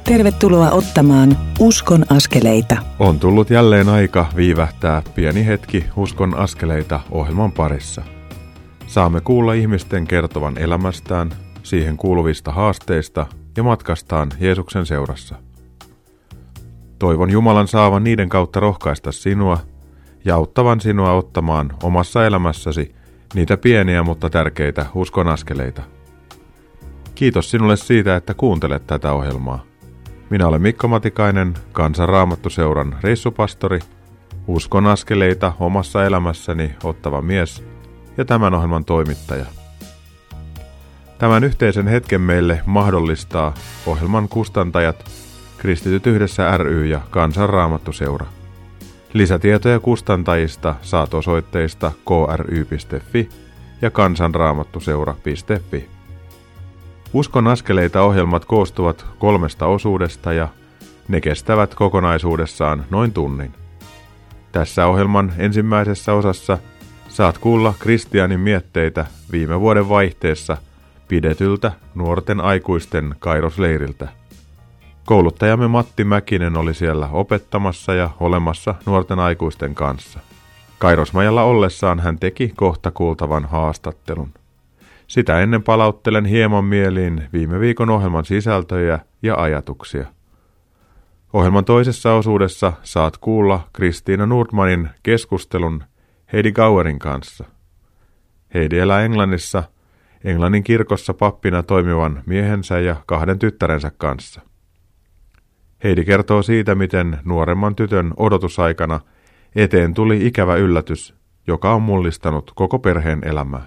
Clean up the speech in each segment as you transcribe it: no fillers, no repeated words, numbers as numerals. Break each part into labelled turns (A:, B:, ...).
A: Tervetuloa ottamaan Uskon askeleita.
B: On tullut jälleen aika viivähtää pieni hetki Uskon askeleita ohjelman parissa. Saamme kuulla ihmisten kertovan elämästään, siihen kuuluvista haasteista ja matkastaan Jeesuksen seurassa. Toivon Jumalan saavan niiden kautta rohkaista sinua ja auttavan sinua ottamaan omassa elämässäsi niitä pieniä, mutta tärkeitä uskon askeleita. Kiitos sinulle siitä, että kuuntelet tätä ohjelmaa. Minä olen Mikko Matikainen, Kansan Raamattuseuran reissupastori, uskon askeleita omassa elämässäni ottava mies ja tämän ohjelman toimittaja. Tämän yhteisen hetken meille mahdollistaa ohjelman kustantajat Kristityt yhdessä ry ja Kansan Raamattuseura. Lisätietoja kustantajista saat osoitteista kry.fi ja kansanraamattuseura.fi. Uskon askeleita ohjelmat koostuvat 3 osuudesta ja ne kestävät kokonaisuudessaan noin tunnin. Tässä ohjelman ensimmäisessä osassa saat kuulla Kristianin mietteitä viime vuoden vaihteessa pidetyltä nuorten aikuisten Kairos-leiriltä. Kouluttajamme Matti Mäkinen oli siellä opettamassa ja olemassa nuorten aikuisten kanssa. Kairosmajalla ollessaan hän teki kohta kuultavan haastattelun. Sitä ennen palauttelen hieman mieliin viime viikon ohjelman sisältöjä ja ajatuksia. Ohjelman toisessa osuudessa saat kuulla Kristiina Nordmanin keskustelun Heidi Gauerin kanssa. Heidi elää Englannissa, Englannin kirkossa pappina toimivan miehensä ja 2 tyttärensä kanssa. Heidi kertoo siitä, miten nuoremman tytön odotusaikana eteen tuli ikävä yllätys, joka on mullistanut koko perheen elämää.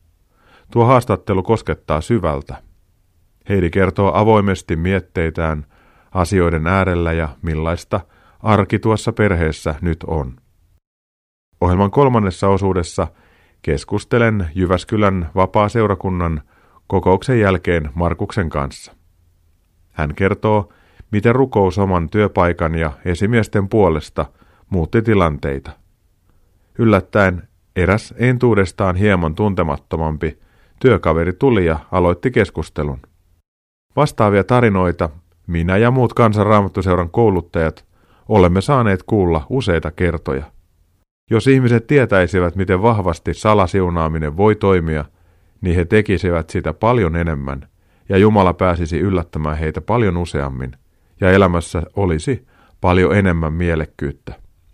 B: Tuo haastattelu koskettaa syvältä. Heidi kertoo avoimesti mietteitään asioiden äärellä ja millaista arki tuossa perheessä nyt on. Ohjelman 3. osuudessa keskustelen Jyväskylän vapaa-seurakunnan kokouksen jälkeen Markuksen kanssa. Hän kertoo, miten rukous oman työpaikan ja esimiesten puolesta muutti tilanteita. Yllättäen eräs entuudestaan hieman tuntemattomampi työkaveri tuli ja aloitti keskustelun. Vastaavia tarinoita minä ja muut Kansan Raamattuseuran kouluttajat olemme saaneet kuulla useita kertoja. Jos ihmiset tietäisivät, miten vahvasti salasiunaaminen voi toimia, niin he tekisivät sitä paljon enemmän, ja Jumala pääsisi yllättämään heitä paljon useammin, ja elämässä olisi paljon enemmän mielekkyyttä.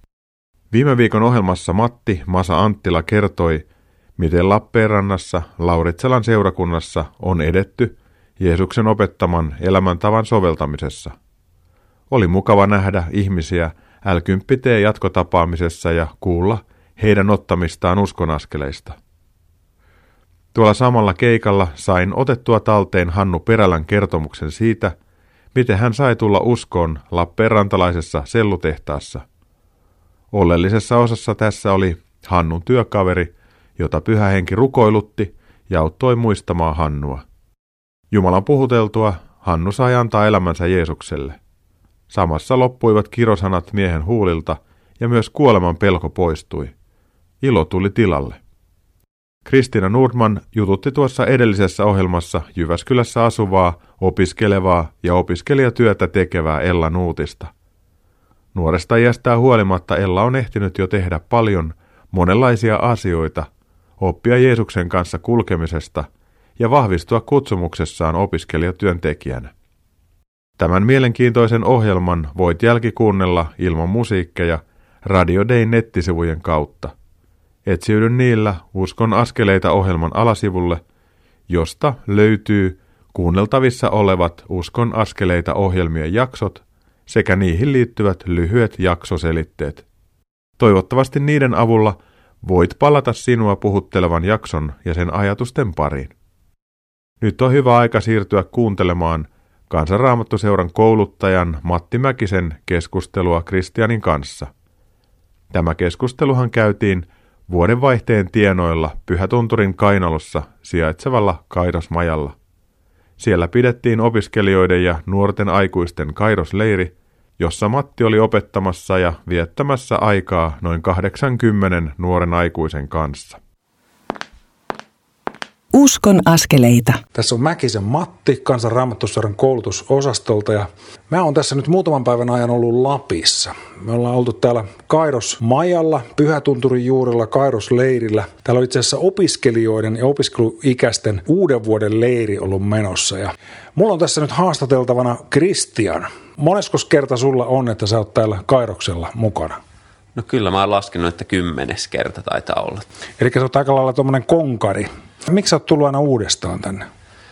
B: Viime viikon ohjelmassa Matti Masa Anttila kertoi, miten Lappeenrannassa Lauritsalan seurakunnassa on edetty Jeesuksen opettaman elämäntavan soveltamisessa. Oli mukava nähdä ihmisiä L10T jatkotapaamisessa ja kuulla heidän ottamistaan uskonaskeleista. Tuolla samalla keikalla sain otettua talteen Hannu Perälän kertomuksen siitä, miten hän sai tulla uskoon lappeenrantalaisessa sellutehtaassa. Oleellisessa osassa tässä oli Hannun työkaveri, jota Pyhä Henki rukoilutti ja auttoi muistamaan Hannua. Jumalan puhuteltua Hannu sai antaa elämänsä Jeesukselle. Samassa loppuivat kirosanat miehen huulilta ja myös kuoleman pelko poistui. Ilo tuli tilalle. Kristiina Nordman jututti tuossa edellisessä ohjelmassa Jyväskylässä asuvaa, opiskelevaa ja opiskelijatyötä tekevää Ella Nuutista. Nuoresta iästään huolimatta Ella on ehtinyt jo tehdä paljon monenlaisia asioita, oppia Jeesuksen kanssa kulkemisesta ja vahvistua kutsumuksessaan opiskelijatyöntekijänä. Tämän mielenkiintoisen ohjelman voit jälkikuunnella ilman musiikkeja Radio Dayn nettisivujen kautta. Etsiydy niillä Uskon askeleita ohjelman alasivulle, josta löytyy kuunneltavissa olevat Uskon askeleita ohjelmien jaksot sekä niihin liittyvät lyhyet jaksoselitteet. Toivottavasti niiden avulla voit palata sinua puhuttelevan jakson ja sen ajatusten pariin. Nyt on hyvä aika siirtyä kuuntelemaan Kansan Raamattuseuran kouluttajan Matti Mäkisen keskustelua Kristianin kanssa. Tämä keskusteluhan käytiin vuodenvaihteen tienoilla Pyhätunturin kainalossa sijaitsevalla Kairosmajalla. Siellä pidettiin opiskelijoiden ja nuorten aikuisten Kairos-leiri, jossa Matti oli opettamassa ja viettämässä aikaa noin 80 nuoren aikuisen kanssa.
A: Uskon askeleita.
C: Tässä on Mäkisen Matti Kansan Raamattuseuran koulutusosastolta ja mä oon tässä nyt muutaman päivän ajan ollut Lapissa. Me ollaan oltu täällä Kairos-majalla, Pyhätunturin juurella Kairos-leirillä. Täällä on itse asiassa opiskelijoiden ja opiskeluikäisten uuden vuoden leiri ollut menossa ja mulla on tässä nyt haastateltavana Kristian. Moneskos kerta sulla on, että sä oot täällä Kairoksella mukana?
D: No kyllä mä oon laskenut, että 10. kerta taitaa olla.
C: Eli sä oot aika lailla tommonen konkari. Miksi sä oot tullut aina uudestaan tänne?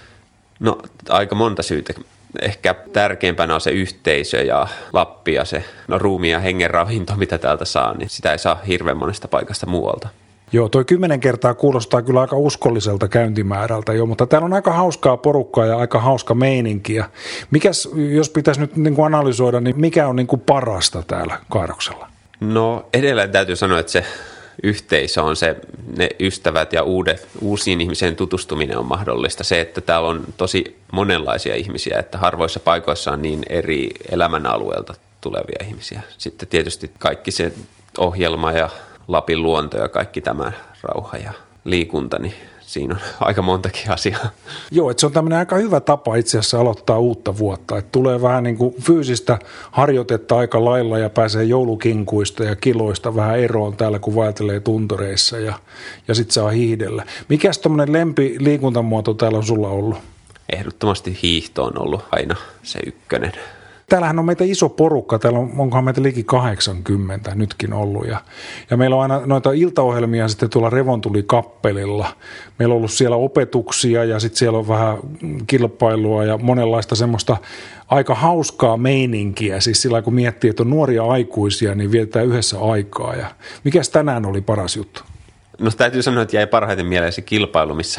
D: No aika monta syytä. Ehkä tärkeimpänä on se yhteisö ja Lappi ja se ruumiin ja hengen ravinto, mitä täältä saa, niin sitä ei saa hirveän monesta paikasta muualta.
C: Joo, toi 10 kertaa kuulostaa kyllä aika uskolliselta käyntimäärältä jo, mutta täällä on aika hauskaa porukkaa ja aika hauska meininki. Mikäs, jos pitäisi nyt niin kuin analysoida, niin mikä on niin kuin parasta täällä Kairoksella?
D: No edelleen täytyy sanoa, että se yhteisö on se, ne ystävät ja uusiin ihmisiin tutustuminen on mahdollista. Se, että täällä on tosi monenlaisia ihmisiä, että harvoissa paikoissa on niin eri elämänalueelta tulevia ihmisiä. Sitten tietysti kaikki se ohjelma ja Lapin luonto ja kaikki tämä rauha ja liikunta, niin siinä on aika montakin asiaa.
C: Joo, että se on tämmöinen aika hyvä tapa itse asiassa aloittaa uutta vuotta. Että tulee vähän niin kuin fyysistä harjoitetta aika lailla ja pääsee joulukinkuista ja kiloista vähän eroon täällä, kun vaeltelee tuntureissa ja sitten saa hiihdellä. Mikäs tämmöinen lempiliikuntamuoto täällä on sulla ollut?
D: Ehdottomasti hiihto on ollut aina se ykkönen.
C: Täällähän on meitä iso porukka, täällä onkohan meitä liki 80 nytkin ollut ja meillä on aina noita iltaohjelmia sitten tuolla Revontuli-kappelilla. Meillä on ollut siellä opetuksia ja sitten siellä on vähän kilpailua ja monenlaista semmoista aika hauskaa meininkiä. Siis sillä kun miettii, että on nuoria aikuisia, niin vietetään yhdessä aikaa. Ja mikäs tänään oli paras juttu?
D: No täytyy sanoa, että jäi parhaiten mieleen se kilpailu, missä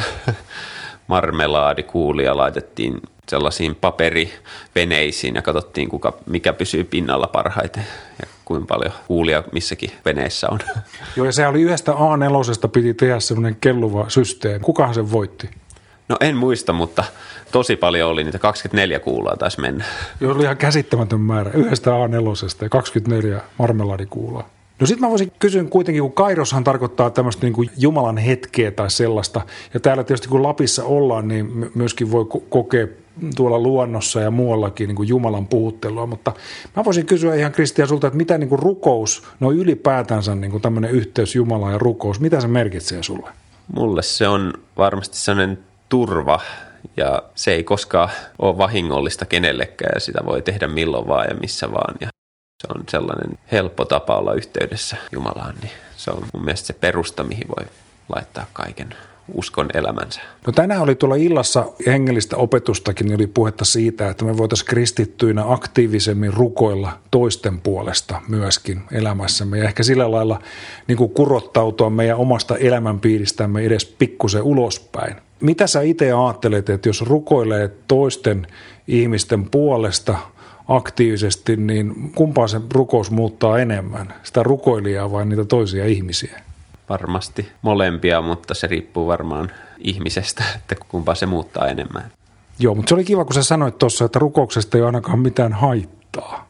D: marmelaadikuulia laitettiin sellaisiin paperiveneisiin ja katsottiin, mikä pysyy pinnalla parhaiten ja kuinka paljon kuulia missäkin veneessä on.
C: Joo, ja se oli yhdestä A4 piti tehdä semmoinen kelluva systeemi. Kukahan sen voitti?
D: No en muista, mutta tosi paljon oli niitä, 24 kuulaa taisi mennä.
C: Joo, oli ihan käsittämätön määrä. Yhdestä A4 ja 24 marmelaadikuulaa. No sitten mä voisin kysyä kuitenkin, kun Kairoshan tarkoittaa tämmöistä niin kuin Jumalan hetkeä tai sellaista, ja täällä tietysti kun Lapissa ollaan, niin myöskin voi kokea tuolla luonnossa ja muuallakin niin kuin Jumalan puhuttelua, mutta mä voisin kysyä ihan Kristian sulta, että mitä niin kuin rukous, no ylipäätänsä niin kuin tämmöinen yhteys Jumalaan ja rukous, mitä se merkitsee sulle?
D: Mulle se on varmasti sellainen turva, ja se ei koskaan ole vahingollista kenellekään, ja sitä voi tehdä milloin vaan ja missä vaan, ja se on sellainen helppo tapa olla yhteydessä Jumalaan, niin se on mun mielestä se perusta, mihin voi laittaa kaiken uskon elämänsä.
C: No tänään oli tuolla illassa hengellistä opetustakin, niin oli puhetta siitä, että me voitaisiin kristittyinä aktiivisemmin rukoilla toisten puolesta myöskin elämässämme ja ehkä sillä lailla niin kuin kurottautua meidän omasta elämänpiiristämme edes pikkusen ulospäin. Mitä sä itse ajattelet, että jos rukoilee toisten ihmisten puolesta aktiivisesti, niin kumpaa se rukous muuttaa enemmän? Sitä rukoilijaa vai niitä toisia ihmisiä?
D: Varmasti molempia, mutta se riippuu varmaan ihmisestä, että kumpaa se muuttaa enemmän.
C: Joo, mutta se oli kiva, kun sä sanoit tuossa, että rukouksesta ei ole ainakaan mitään haittaa.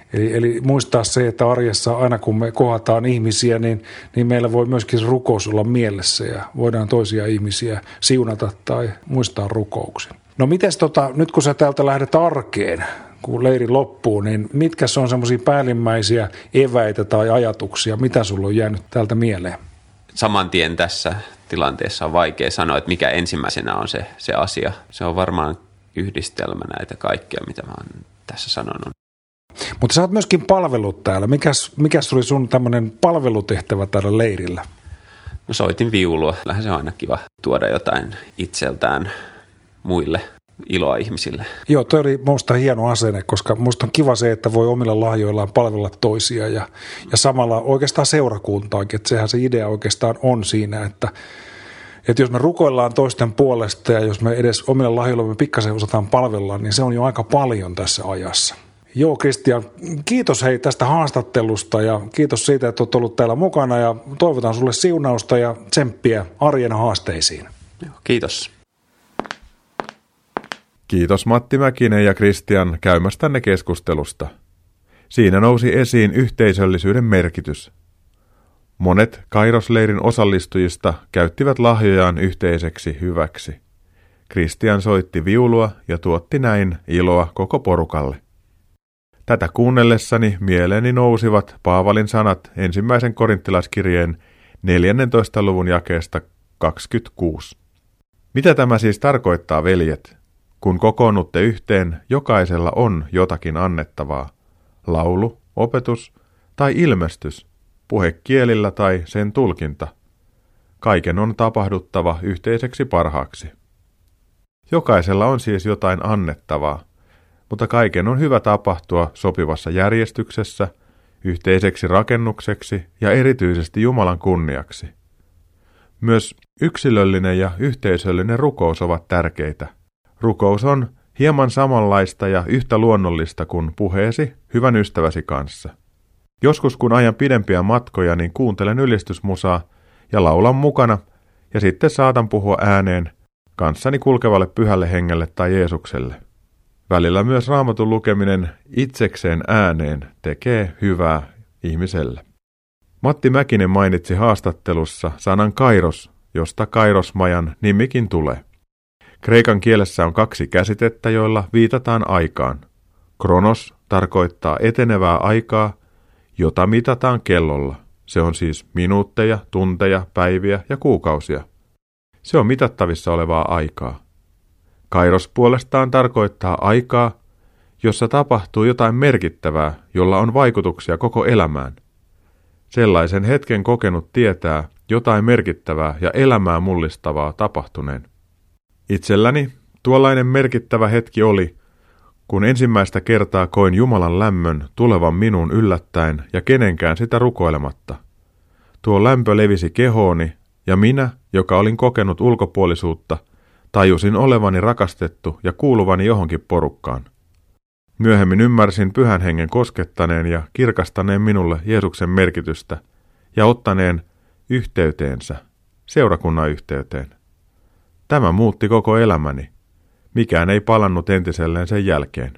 C: Eli muistaa se, että arjessa aina kun me kohdataan ihmisiä, niin meillä voi myöskin rukous olla mielessä ja voidaan toisia ihmisiä siunata tai muistaa rukouksen. No mites nyt kun sä täältä lähdet arkeen, kun leiri loppuu, niin mitkä on semmoisia päällimmäisiä eväitä tai ajatuksia, mitä sulla on jäänyt täältä mieleen?
D: Saman tien tässä tilanteessa on vaikea sanoa, että mikä ensimmäisenä on se asia. Se on varmaan yhdistelmä näitä kaikkea, mitä mä oon tässä sanonut.
C: Mutta sä oot myöskin palvellut täällä. Mikäs oli sun tämmöinen palvelutehtävä täällä leirillä?
D: No soitin viulua. Lähes se on aina kiva tuoda jotain itseltään muille, iloa ihmisille. Joo,
C: toi oli minusta hieno asenne, koska minusta on kiva se, että voi omilla lahjoillaan palvella toisia ja samalla oikeastaan seurakuntaakin. Että sehän se idea oikeastaan on siinä, että jos me rukoillaan toisten puolesta ja jos me edes omilla lahjoillamme pikkasen osataan palvella, niin se on jo aika paljon tässä ajassa. Joo, Kristian, kiitos hei tästä haastattelusta ja kiitos siitä, että olet ollut täällä mukana ja toivotan sulle siunausta ja tsemppiä arjen haasteisiin.
D: Joo, kiitos.
B: Kiitos Matti Mäkinen ja Kristian käymästänne keskustelusta. Siinä nousi esiin yhteisöllisyyden merkitys. Monet Kairosleirin osallistujista käyttivät lahjojaan yhteiseksi hyväksi. Kristian soitti viulua ja tuotti näin iloa koko porukalle. Tätä kuunnellessani mieleeni nousivat Paavalin sanat ensimmäisen korinttilaiskirjeen 14. luvun jakeesta 26. Mitä tämä siis tarkoittaa, veljet? Kun kokoonnutte yhteen, jokaisella on jotakin annettavaa. Laulu, opetus tai ilmestys, puhe kielillä tai sen tulkinta. Kaiken on tapahduttava yhteiseksi parhaaksi. Jokaisella on siis jotain annettavaa, mutta kaiken on hyvä tapahtua sopivassa järjestyksessä, yhteiseksi rakennukseksi ja erityisesti Jumalan kunniaksi. Myös yksilöllinen ja yhteisöllinen rukous ovat tärkeitä. Rukous on hieman samanlaista ja yhtä luonnollista kuin puheesi hyvän ystäväsi kanssa. Joskus kun ajan pidempiä matkoja, niin kuuntelen ylistysmusaa ja laulan mukana ja sitten saatan puhua ääneen kanssani kulkevalle pyhälle hengelle tai Jeesukselle. Välillä myös Raamatun lukeminen itsekseen ääneen tekee hyvää ihmiselle. Matti Mäkinen mainitsi haastattelussa sanan kairos, josta kairosmajan nimikin tulee. Kreikan kielessä on 2 käsitettä, joilla viitataan aikaan. Kronos tarkoittaa etenevää aikaa, jota mitataan kellolla. Se on siis minuutteja, tunteja, päiviä ja kuukausia. Se on mitattavissa olevaa aikaa. Kairos puolestaan tarkoittaa aikaa, jossa tapahtuu jotain merkittävää, jolla on vaikutuksia koko elämään. Sellaisen hetken kokenut tietää jotain merkittävää ja elämää mullistavaa tapahtuneen. Itselläni tuollainen merkittävä hetki oli, kun ensimmäistä kertaa koin Jumalan lämmön tulevan minun yllättäen ja kenenkään sitä rukoilematta. Tuo lämpö levisi kehooni, ja minä, joka olin kokenut ulkopuolisuutta, tajusin olevani rakastettu ja kuuluvani johonkin porukkaan. Myöhemmin ymmärsin Pyhän Hengen koskettaneen ja kirkastaneen minulle Jeesuksen merkitystä ja ottaneen yhteyteensä, seurakunnan yhteyteen. Tämä muutti koko elämäni. Mikään ei palannut entiselleen sen jälkeen.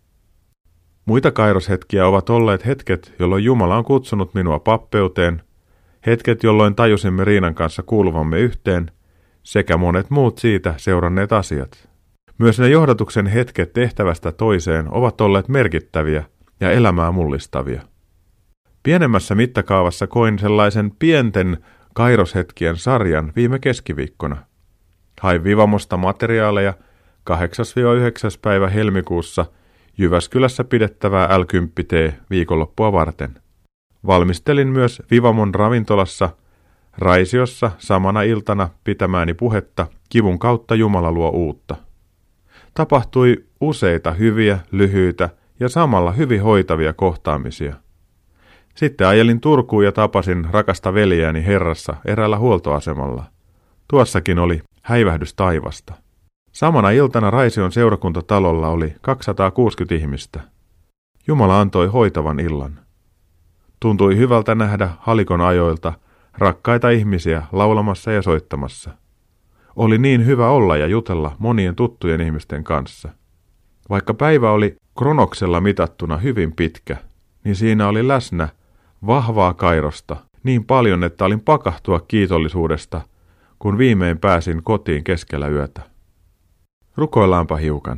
B: Muita kairoshetkiä ovat olleet hetket, jolloin Jumala on kutsunut minua pappeuteen, hetket, jolloin tajusimme Riinan kanssa kuuluvamme yhteen, sekä monet muut siitä seuranneet asiat. Myös ne johdatuksen hetket tehtävästä toiseen ovat olleet merkittäviä ja elämää mullistavia. Pienemmässä mittakaavassa koin sellaisen pienten kairoshetkien sarjan viime keskiviikkona. Hain Vivamosta materiaaleja 8-9. päivä helmikuussa Jyväskylässä pidettävää L10T viikonloppua varten. Valmistelin myös Vivamon ravintolassa Raisiossa samana iltana pitämääni puhetta Kivun kautta Jumala luo uutta. Tapahtui useita hyviä, lyhyitä ja samalla hyvin hoitavia kohtaamisia. Sitten ajelin Turkuun ja tapasin rakasta veljeäni Herrassa eräällä huoltoasemalla. Tuossakin oli häivähdys taivasta. Samana iltana Raision seurakuntatalolla oli 260 ihmistä. Jumala antoi hoitavan illan. Tuntui hyvältä nähdä Halikon ajoilta rakkaita ihmisiä laulamassa ja soittamassa. Oli niin hyvä olla ja jutella monien tuttujen ihmisten kanssa. Vaikka päivä oli kronoksella mitattuna hyvin pitkä, niin siinä oli läsnä vahvaa kairosta niin paljon, että olin pakahtua kiitollisuudesta, kun viimein pääsin kotiin keskellä yötä. Rukoillaanpa hiukan.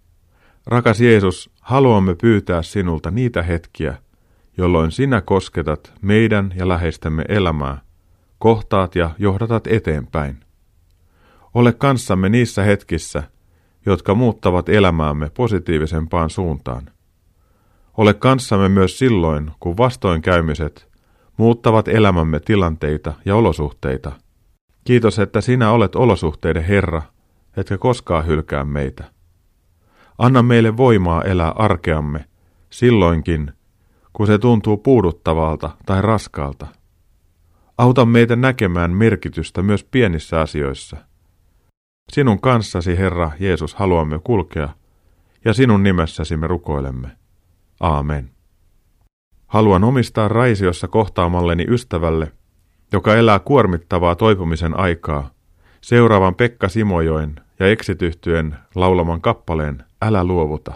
B: Rakas Jeesus, haluamme pyytää sinulta niitä hetkiä, jolloin sinä kosketat meidän ja läheistemme elämää, kohtaat ja johdatat eteenpäin. Ole kanssamme niissä hetkissä, jotka muuttavat elämäämme positiivisempaan suuntaan. Ole kanssamme myös silloin, kun vastoinkäymiset muuttavat elämämme tilanteita ja olosuhteita. Kiitos, että sinä olet olosuhteiden Herra, etkä koskaan hylkää meitä. Anna meille voimaa elää arkeamme silloinkin, kun se tuntuu puuduttavalta tai raskaalta. Auta meitä näkemään merkitystä myös pienissä asioissa. Sinun kanssasi, Herra Jeesus, haluamme kulkea, ja sinun nimessäsi me rukoilemme. Aamen. Haluan omistaa Raisiossa kohtaamalleni ystävälle, joka elää kuormittavaa toipumisen aikaa, seuraavan Pekka Simojoen ja Exit-yhtyeen laulaman kappaleen Älä luovuta.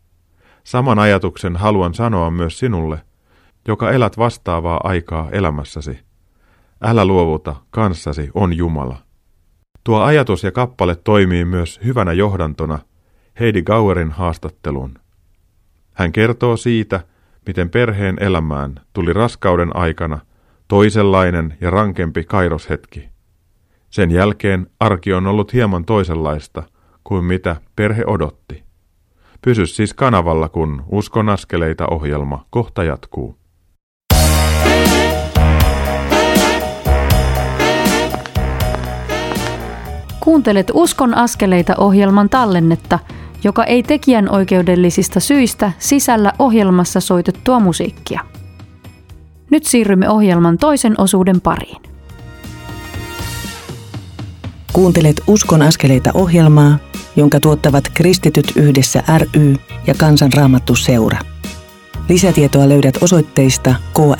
B: Saman ajatuksen haluan sanoa myös sinulle, joka elät vastaavaa aikaa elämässäsi. älä luovuta, kanssasi on Jumala. Tuo ajatus ja kappale toimii myös hyvänä johdantona Heidi Gauerin haastatteluun. Hän kertoo siitä, miten perheen elämään tuli raskauden aikana toisenlainen ja rankempi kairoshetki. Sen jälkeen arki on ollut hieman toisenlaista kuin mitä perhe odotti. Pysy siis kanavalla, kun Uskon askeleita -ohjelma kohta jatkuu.
E: Kuuntelet Uskon askeleita -ohjelman tallennetta, joka ei tekijänoikeudellisista syistä sisällä ohjelmassa soitettua musiikkia. Nyt siirrymme ohjelman toisen osuuden pariin.
A: Kuuntelet Uskon askeleita -ohjelmaa, jonka tuottavat Kristityt yhdessä ry ja Kansanraamattu Seura. Lisätietoa löydät osoitteista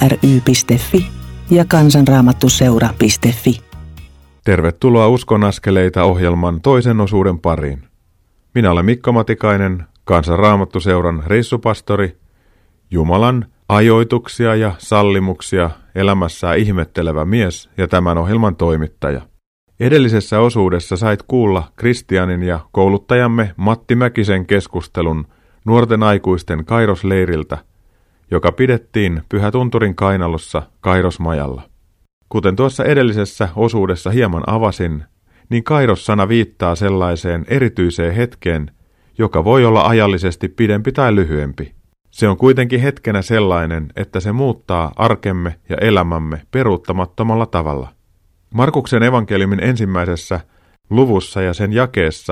A: kry.fi ja kansanraamattuseura.fi.
B: Tervetuloa Uskon askeleita -ohjelman toisen osuuden pariin. Minä olen Mikko Matikainen, Kansanraamattuseuran reissupastori, Jumalan ajoituksia ja sallimuksia elämässään ihmettelevä mies ja tämän ohjelman toimittaja. Edellisessä osuudessa sait kuulla Kristianin ja kouluttajamme Matti Mäkisen keskustelun nuorten aikuisten kairosleiriltä, joka pidettiin Pyhä Tunturin kainalossa Kairosmajalla. Kuten tuossa edellisessä osuudessa hieman avasin, niin kairos-sana viittaa sellaiseen erityiseen hetkeen, joka voi olla ajallisesti pidempi tai lyhyempi. Se on kuitenkin hetkenä sellainen, että se muuttaa arkemme ja elämämme peruuttamattomalla tavalla. Markuksen evankeliumin ensimmäisessä luvussa ja sen jakeessa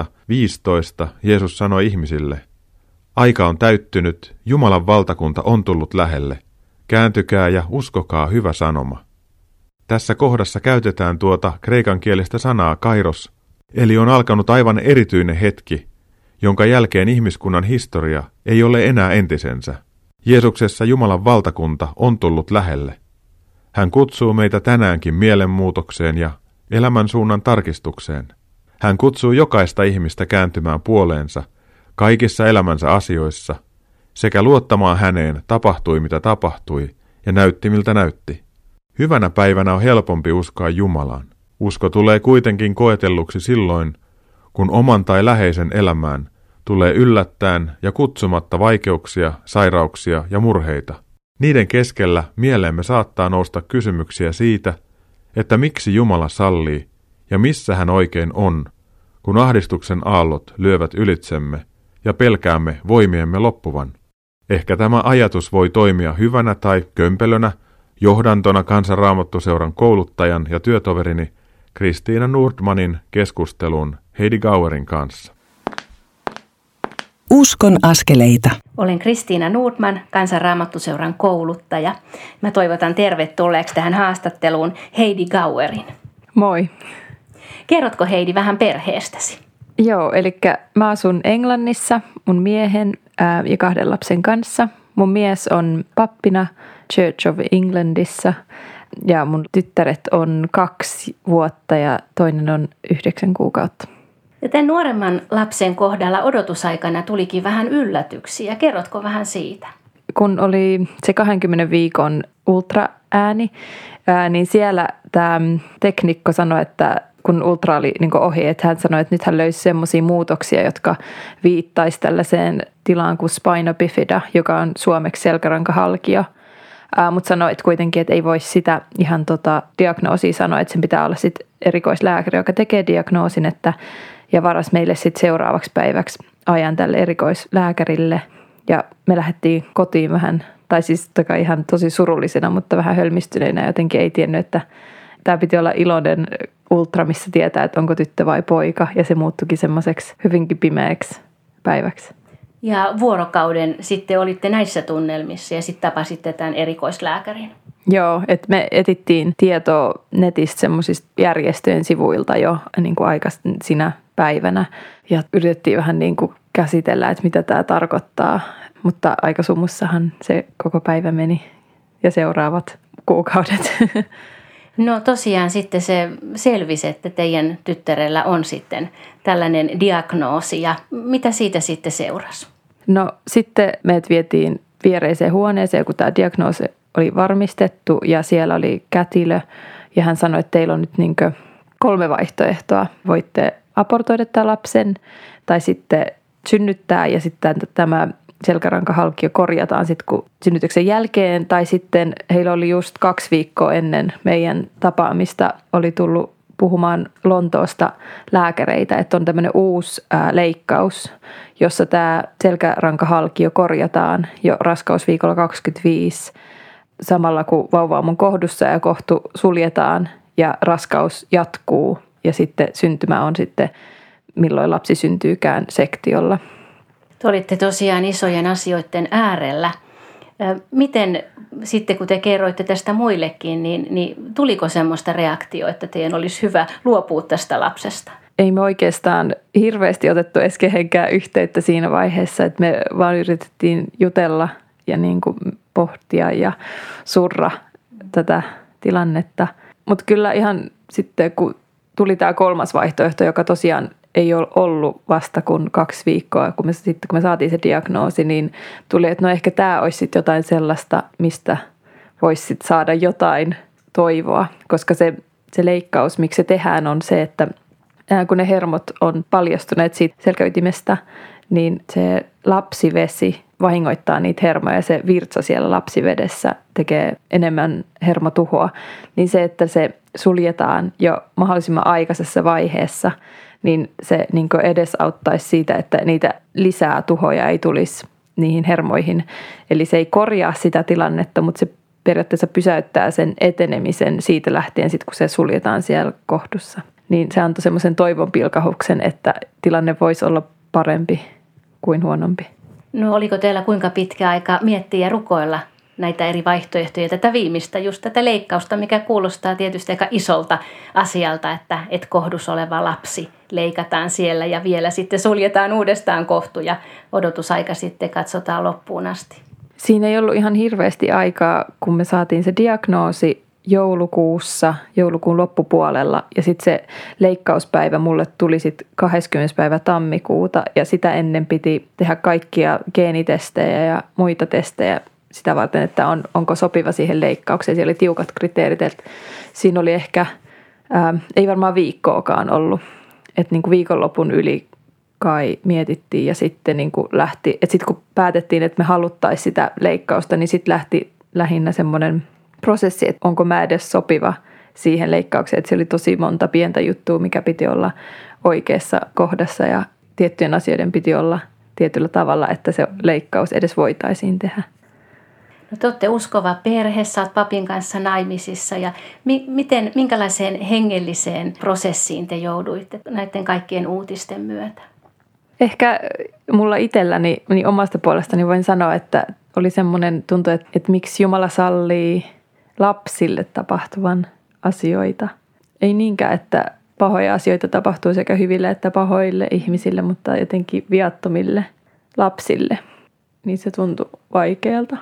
B: 15 Jeesus sanoi ihmisille: aika on täyttynyt, Jumalan valtakunta on tullut lähelle. Kääntykää ja uskokaa hyvä sanoma. Tässä kohdassa käytetään tuota kreikankielistä sanaa kairos, eli on alkanut aivan erityinen hetki, jonka jälkeen ihmiskunnan historia ei ole enää entisensä. Jeesuksessa Jumalan valtakunta on tullut lähelle. Hän kutsuu meitä tänäänkin mielenmuutokseen ja elämän suunnan tarkistukseen. Hän kutsuu jokaista ihmistä kääntymään puoleensa kaikissa elämänsä asioissa sekä luottamaan häneen, tapahtui mitä tapahtui ja näytti miltä näytti. Hyvänä päivänä on helpompi uskoa Jumalaan. Usko tulee kuitenkin koetelluksi silloin, kun oman tai läheisen elämään tulee yllättäen ja kutsumatta vaikeuksia, sairauksia ja murheita. Niiden keskellä mieleemme saattaa nousta kysymyksiä siitä, että miksi Jumala sallii ja missä hän oikein on, kun ahdistuksen aallot lyövät ylitsemme ja pelkäämme voimiemme loppuvan. Ehkä tämä ajatus voi toimia hyvänä tai kömpelönä johdantona Kansanraamattuseuran kouluttajan ja työtoverini Kristiina Nordmanin keskusteluun Heidi Gauerin kanssa.
A: Uskon askeleita.
F: Olen Kristiina Nordman, Kansanraamattuseuran kouluttaja. Mä toivotan tervetulleeksi tähän haastatteluun Heidi Gauerin.
G: Moi.
F: Kerrotko Heidi vähän perheestäsi?
G: Joo, eli mä asun Englannissa mun miehen ja 2 lapsen kanssa. Mun mies on pappina Church of Englandissa ja mun tyttäret on 2 vuotta ja toinen on 9 kuukautta.
F: Ja tämän nuoremman lapsen kohdalla odotusaikana tulikin vähän yllätyksiä. Kerrotko vähän siitä?
G: Kun oli se 20 viikon ultraääni, niin siellä tämä teknikko sanoi, että kun ultra oli niin ohi, että hän sanoi, että nyt hän löysi semmoisia muutoksia, jotka viittaisi tällaiseen tilaan kuin spina bifida, joka on suomeksi selkärankahalkio. Mutta sanoi, että kuitenkin, että ei voi sitä ihan diagnoosia sanoa, että sen pitää olla sitten erikoislääkäri, joka tekee diagnoosin, ja varas meille sitten seuraavaksi päiväksi ajan tälle erikoislääkärille. Ja me lähdettiin kotiin vähän, tai siis ihan tosi surullisena, mutta vähän hölmistyneenä. Jotenkin ei tiennyt, että tämä piti olla iloinen ultra, missä tietää, että onko tyttö vai poika. Ja se muuttuikin semmoiseksi hyvinkin pimeäksi päiväksi.
F: Ja vuorokauden sitten olitte näissä tunnelmissa ja sitten tapasitte tämän erikoislääkärin.
G: Joo, että me etittiin tietoa netistä semmoisista järjestöjen sivuilta jo niin kuin sinä päivänä. Ja yritettiin vähän niin kuin käsitellä, että mitä tämä tarkoittaa. Mutta aika sumussahan se koko päivä meni ja seuraavat kuukaudet.
F: No tosiaan sitten se selvisi, että teidän tyttärellä on sitten tällainen diagnoosi ja mitä siitä sitten seurasi?
G: No sitten meidät vietiin viereiseen huoneeseen, kun tämä diagnoosi oli varmistettu ja siellä oli kätilö Ja hän sanoi, että teillä on nyt niin kuin 3 vaihtoehtoa. Voitte abortoida tämän lapsen tai sitten synnyttää ja sitten tämä selkärankahalkio korjataan sitten kun synnytyksen jälkeen. Tai sitten heillä oli just 2 viikkoa ennen meidän tapaamista oli tullut puhumaan Lontoosta lääkäreitä, että on tämmöinen uusi leikkaus, jossa tämä selkärankahalkio korjataan jo raskausviikolla 25 samalla kun vauva on kohdussa ja kohtu suljetaan ja raskaus jatkuu ja sitten syntymä on sitten milloin lapsi syntyykään sektiolla.
F: Te olitte tosiaan isojen asioiden äärellä. Miten sitten, kun te kerroitte tästä muillekin, niin tuliko semmoista reaktioa, että teidän olisi hyvä luopua tästä lapsesta?
G: Ei me oikeastaan hirveästi otettu edes kehenkään yhteyttä siinä vaiheessa, että me vaan yritettiin jutella ja niin kuin pohtia ja surra tätä tilannetta. Mutta kyllä ihan sitten, kun tuli tämä 3. vaihtoehto, joka tosiaan ei ole ollut vasta kuin 2 viikkoa, kun me saatiin se diagnoosi, niin tuli, että no ehkä tämä olisi sitten jotain sellaista, mistä voisi sitten saada jotain toivoa, koska se leikkaus, miksi se tehdään, on se, että kun ne hermot on paljastuneet siitä selkäytimestä, niin se lapsivesi vahingoittaa niitä hermoja ja se virtsa siellä lapsivedessä tekee enemmän hermotuhoa. Niin se, että se suljetaan jo mahdollisimman aikaisessa vaiheessa, niin se niin kuin edesauttaisi siitä, että niitä lisää tuhoja ei tulisi niihin hermoihin. Eli se ei korjaa sitä tilannetta, mutta se periaatteessa pysäyttää sen etenemisen siitä lähtien, sit kun se suljetaan siellä kohdussa. Niin se antoi semmoisen toivonpilkahuksen, että tilanne voisi olla parempi kuin huonompi.
F: No oliko teillä kuinka pitkä aika miettiä ja rukoilla näitä eri vaihtoehtoja, tätä viimeistä, just tätä leikkausta, mikä kuulostaa tietysti aika isolta asialta, että kohdussa oleva lapsi leikataan siellä ja vielä sitten suljetaan uudestaan kohtu ja odotusaika sitten katsotaan loppuun asti.
G: Siinä ei ollut ihan hirveästi aikaa, kun me saatiin se diagnoosi joulukuun loppupuolella ja sitten se leikkauspäivä mulle tuli sitten 20. päivä tammikuuta ja sitä ennen piti tehdä kaikkia geenitestejä ja muita testejä sitä varten, että onko sopiva siihen leikkaukseen. Siellä oli tiukat kriteerit, että siinä oli ehkä, ei varmaan viikkoakaan ollut, että niin kuin viikonlopun yli kai mietittiin ja sitten niin kuin lähti, että sitten kun päätettiin, että me haluttaisiin sitä leikkausta, niin sitten lähti lähinnä semmoinen prosessi, että onko mä edes sopiva siihen leikkaukseen, että se oli tosi monta pientä juttua, mikä piti olla oikeassa kohdassa ja tiettyjen asioiden piti olla tietyllä tavalla, että se leikkaus edes voitaisiin tehdä.
F: No te olette uskova perhe, sä oot papin kanssa naimisissa ja minkälaiseen hengelliseen prosessiin te jouduitte näiden kaikkien uutisten myötä?
G: Ehkä mulla itselläni niin omasta puolestani voin sanoa, että oli semmoinen tuntu, että miksi Jumala sallii lapsille tapahtuvan asioita. Ei niinkään, että pahoja asioita tapahtuu sekä hyville että pahoille ihmisille, mutta jotenkin viattomille lapsille. Niin se tuntui vaikealta.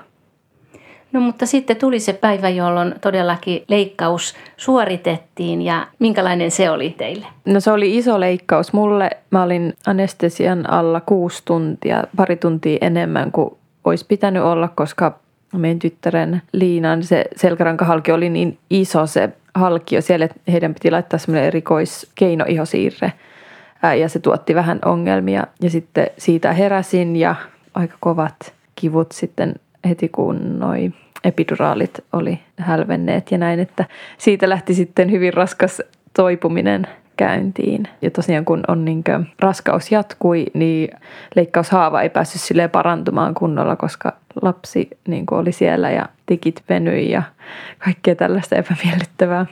F: No mutta sitten tuli se päivä, jolloin todellakin leikkaus suoritettiin ja minkälainen se oli teille?
G: No se oli iso leikkaus mulle. Mä olin anestesian alla 6 tuntia, pari tuntia enemmän kuin olisi pitänyt olla, koska meidän tyttären Liinan se selkärankahalkio oli niin iso se halkio siellä, että heidän piti laittaa semmoinen erikoiskeinoihosiirre ja se tuotti vähän ongelmia ja sitten siitä heräsin ja aika kovat kivut sitten heti kun noi epiduraalit oli hälvenneet ja näin, että siitä lähti sitten hyvin raskas toipuminen käyntiin. Ja tosiaan kun on raskaus jatkui, niin leikkaushaava ei päässyt silleen parantumaan kunnolla, koska lapsi oli siellä ja tikit venyi ja kaikkea tällaista epämiellyttävää.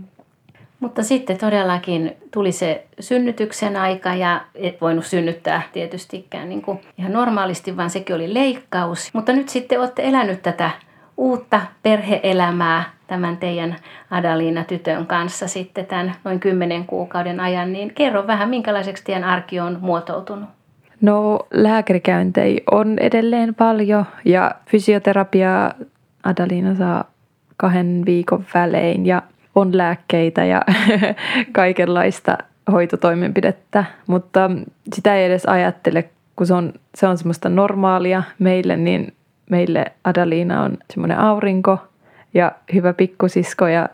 F: Mutta sitten todellakin tuli se synnytyksen aika ja et voinut synnyttää tietystikään ihan normaalisti, vaan sekin oli leikkaus. Mutta nyt sitten olette elänyt tätä uutta perhe-elämää tämän teidän Adaliina-tytön kanssa sitten tämän noin 10 kuukauden ajan. Niin kerro vähän, minkälaiseksi teidän arki on muotoutunut?
G: No lääkärikäyntejä on edelleen paljon ja fysioterapiaa Adaliina saa 2 viikon välein ja on lääkkeitä ja kaikenlaista hoitotoimenpidettä, mutta sitä ei edes ajattele, kun se on semmoista normaalia meille, niin meille Adaliina on semmoinen aurinko ja hyvä pikkusisko ja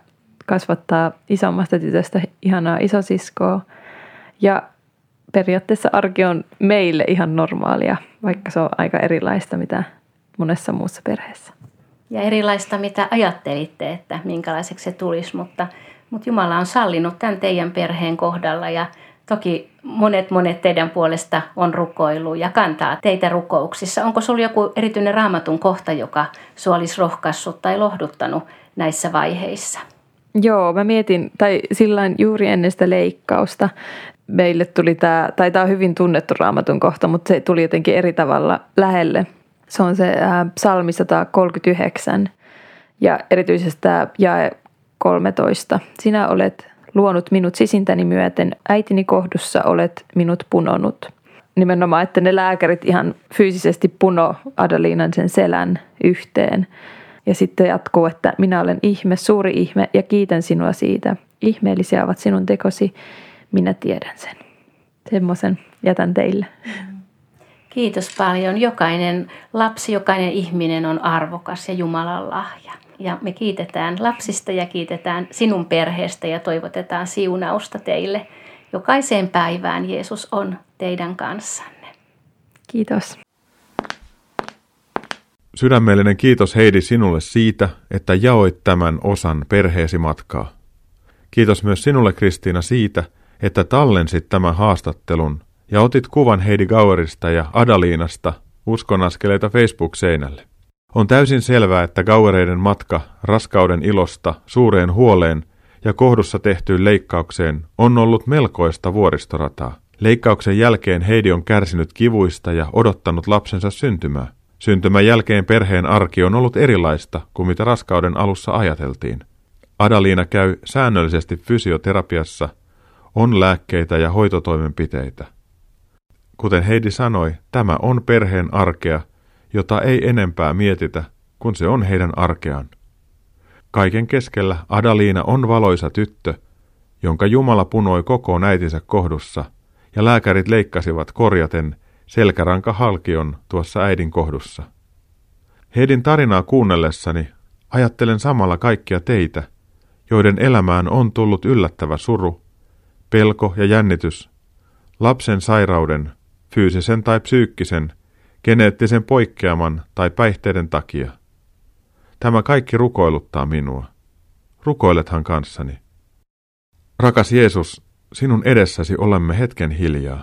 G: kasvattaa isommasta tytöstä ihanaa isosiskoa. Ja periaatteessa arki on meille ihan normaalia, vaikka se on aika erilaista mitä monessa muussa perheessä.
F: Ja erilaista, mitä ajattelitte, että minkälaiseksi se tulisi, mutta Jumala on sallinut tämän teidän perheen kohdalla ja toki monet teidän puolesta on rukoillut ja kantaa teitä rukouksissa. Onko sinulla joku erityinen Raamatun kohta, joka sinua olisi rohkaissut tai lohduttanut näissä vaiheissa?
G: Joo, mä mietin, tai sillain juuri ennen sitä leikkausta meille tuli tämä on hyvin tunnettu Raamatun kohta, mutta se tuli jotenkin eri tavalla lähelle. Se on se psalmi 139 ja erityisesti tämä jae 13. Sinä olet luonut minut sisintäni myöten, äitini kohdussa olet minut punonut. Nimenomaan, että ne lääkärit ihan fyysisesti puno Adaliinan sen selän yhteen. Ja sitten jatkuu, että minä olen ihme, suuri ihme ja kiitän sinua siitä. Ihmeellisiä ovat sinun tekosi, minä tiedän sen. Semmoisen jätän teille.
F: Kiitos paljon. Jokainen lapsi, jokainen ihminen on arvokas ja Jumalan lahja. Ja me kiitetään lapsista ja kiitetään sinun perheestä ja toivotetaan siunausta teille. Jokaiseen päivään Jeesus on teidän kanssanne.
G: Kiitos.
B: Sydämellinen kiitos Heidi sinulle siitä, että jaoit tämän osan perheesi matkaa. Kiitos myös sinulle Kristiina siitä, että tallensit tämän haastattelun ja otit kuvan Heidi Gauerista ja Adaliinasta Uskonaskeleita Facebook-seinälle. On täysin selvää, että Gauereiden matka raskauden ilosta suureen huoleen ja kohdussa tehtyyn leikkaukseen on ollut melkoista vuoristorataa. Leikkauksen jälkeen Heidi on kärsinyt kivuista ja odottanut lapsensa syntymää. Syntymän jälkeen perheen arki on ollut erilaista kuin mitä raskauden alussa ajateltiin. Adaliina käy säännöllisesti fysioterapiassa, on lääkkeitä ja hoitotoimenpiteitä. Kuten Heidi sanoi, tämä on perheen arkea, jota ei enempää mietitä, kun se on heidän arkeaan. Kaiken keskellä Adaliina on valoisa tyttö, jonka Jumala punoi koko äitinsä kohdussa, ja lääkärit leikkasivat korjaten selkärankahalkion tuossa äidin kohdussa. Heidin tarinaa kuunnellessani ajattelen samalla kaikkia teitä, joiden elämään on tullut yllättävä suru, pelko ja jännitys, lapsen sairauden, fyysisen tai psyykkisen, geneettisen poikkeaman tai päihteiden takia. Tämä kaikki rukoiluttaa minua. Rukoilethan kanssani. Rakas Jeesus, sinun edessäsi olemme hetken hiljaa.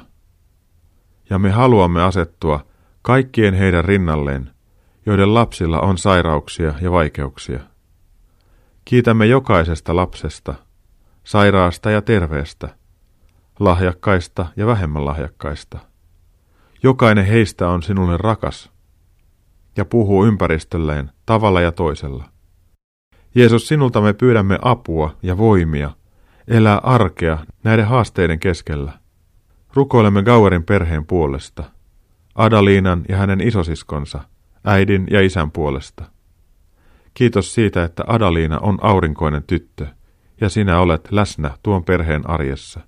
B: Ja me haluamme asettua kaikkien heidän rinnalleen, joiden lapsilla on sairauksia ja vaikeuksia. Kiitämme jokaisesta lapsesta, sairaasta ja terveestä, lahjakkaista ja vähemmän lahjakkaista. Jokainen heistä on sinulle rakas ja puhuu ympäristölleen tavalla ja toisella. Jeesus, sinulta me pyydämme apua ja voimia elää arkea näiden haasteiden keskellä. Rukoilemme Gauerin perheen puolesta, Adaliinan ja hänen isosiskonsa, äidin ja isän puolesta. Kiitos siitä, että Adaliina on aurinkoinen tyttö ja sinä olet läsnä tuon perheen arjessa.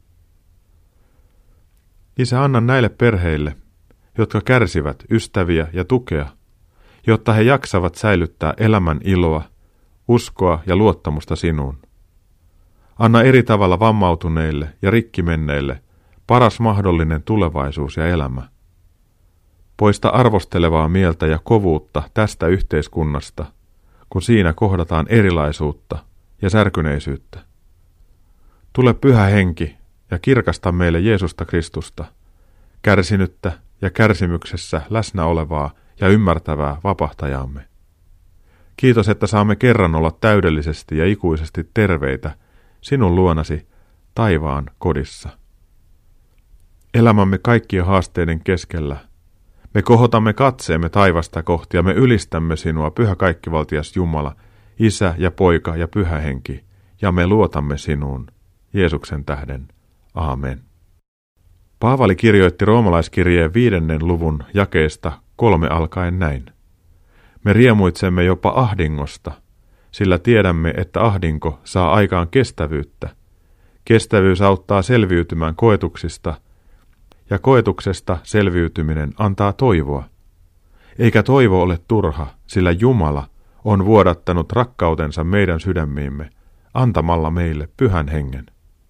B: Isä, anna näille perheille, jotka kärsivät, ystäviä ja tukea, jotta he jaksavat säilyttää elämän iloa, uskoa ja luottamusta sinuun. Anna eri tavalla vammautuneille ja rikkimenneille paras mahdollinen tulevaisuus ja elämä. Poista arvostelevaa mieltä ja kovuutta tästä yhteiskunnasta, kun siinä kohdataan erilaisuutta ja särkyneisyyttä. Tule Pyhä Henki ja kirkasta meille Jeesusta Kristusta, kärsinyttä ja kärsimyksessä läsnä olevaa ja ymmärtävää vapahtajaamme. Kiitos, että saamme kerran olla täydellisesti ja ikuisesti terveitä sinun luonasi taivaan kodissa. Elämämme kaikkien haasteiden keskellä me kohotamme katseemme taivasta kohti ja me ylistämme sinua, Pyhä Kaikkivaltias Jumala, Isä ja Poika ja Pyhä Henki, ja me luotamme sinuun, Jeesuksen tähden. Aamen. Paavali kirjoitti roomalaiskirjeen 5. luvun jakeesta 3 alkaen näin. Me riemuitsemme jopa ahdingosta, sillä tiedämme, että ahdinko saa aikaan kestävyyttä. Kestävyys auttaa selviytymään koetuksista, ja koetuksesta selviytyminen antaa toivoa. Eikä toivo ole turha, sillä Jumala on vuodattanut rakkautensa meidän sydämiimme antamalla meille Pyhän Hengen.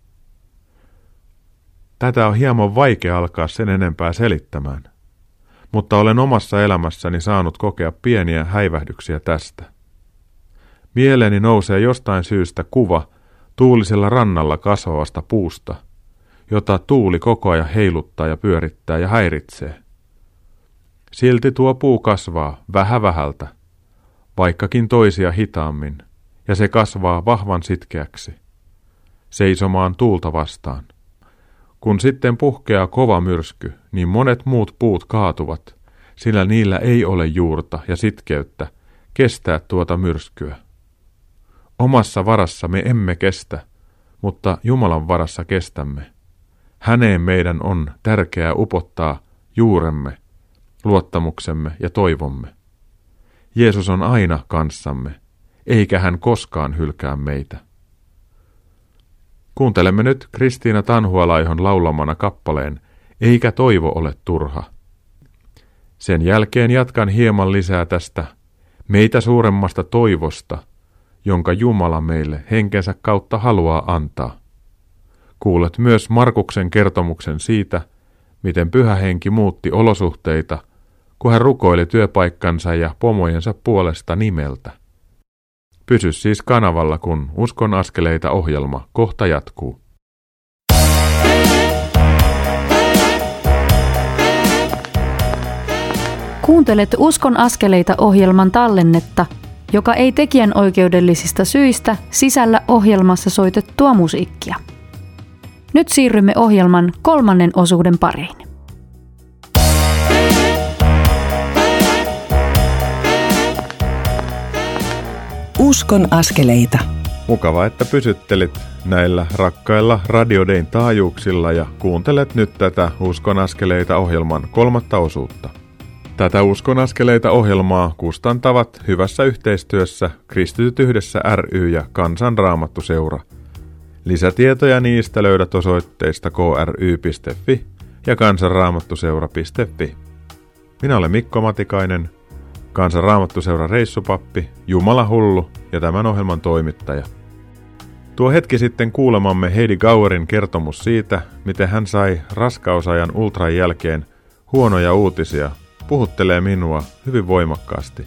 B: Tätä on hieman vaikea alkaa sen enempää selittämään, mutta olen omassa elämässäni saanut kokea pieniä häivähdyksiä tästä. Mieleeni nousee jostain syystä kuva tuulisella rannalla kasvavasta puusta, jota tuuli koko ajan heiluttaa ja pyörittää ja häiritsee. Silti tuo puu kasvaa vähä vähältä, vaikkakin toisia hitaammin, ja se kasvaa vahvan sitkeäksi, seisomaan tuulta vastaan. Kun sitten puhkeaa kova myrsky, niin monet muut puut kaatuvat, sillä niillä ei ole juurta ja sitkeyttä kestää tuota myrskyä. Omassa varassa me emme kestä, mutta Jumalan varassa kestämme. Häneen meidän on tärkeää upottaa juuremme, luottamuksemme ja toivomme. Jeesus on aina kanssamme, eikä hän koskaan hylkää meitä. Kuuntelemme nyt Kristiina Tanhualaihon laulamana kappaleen Eikä toivo ole turha. Sen jälkeen jatkan hieman lisää tästä meitä suuremmasta toivosta, jonka Jumala meille henkensä kautta haluaa antaa. Kuulet myös Markuksen kertomuksen siitä, miten Pyhä Henki muutti olosuhteita, kun hän rukoili työpaikkansa ja pomojensa puolesta nimeltä. Pysy siis kanavalla, kun Uskon askeleita -ohjelma kohta jatkuu.
E: Kuuntelet Uskon askeleita -ohjelman tallennetta, joka ei tekijänoikeudellisista syistä sisällä ohjelmassa soitettua musiikkia. Nyt siirrymme ohjelman 3. osuuden pariin.
A: Uskon askeleita.
B: Mukava, että pysyttelit näillä rakkailla Radio Dayn taajuuksilla ja kuuntelet nyt tätä Uskon askeleita -ohjelman 3. osuutta. Tätä Uskon askeleita -ohjelmaa kustantavat hyvässä yhteistyössä Kristityt yhdessä ry ja Kansan Raamattu Seura. Lisätietoja niistä löydät osoitteista kry.fi ja kansanraamattuseura.fi. Minä olen Mikko Matikainen, Kansan Raamattuseura reissupappi, Jumala hullu ja tämän ohjelman toimittaja. Tuo hetki sitten kuulemamme Heidi Gauerin kertomus siitä, miten hän sai raskausajan ultran jälkeen huonoja uutisia, puhuttelee minua hyvin voimakkaasti.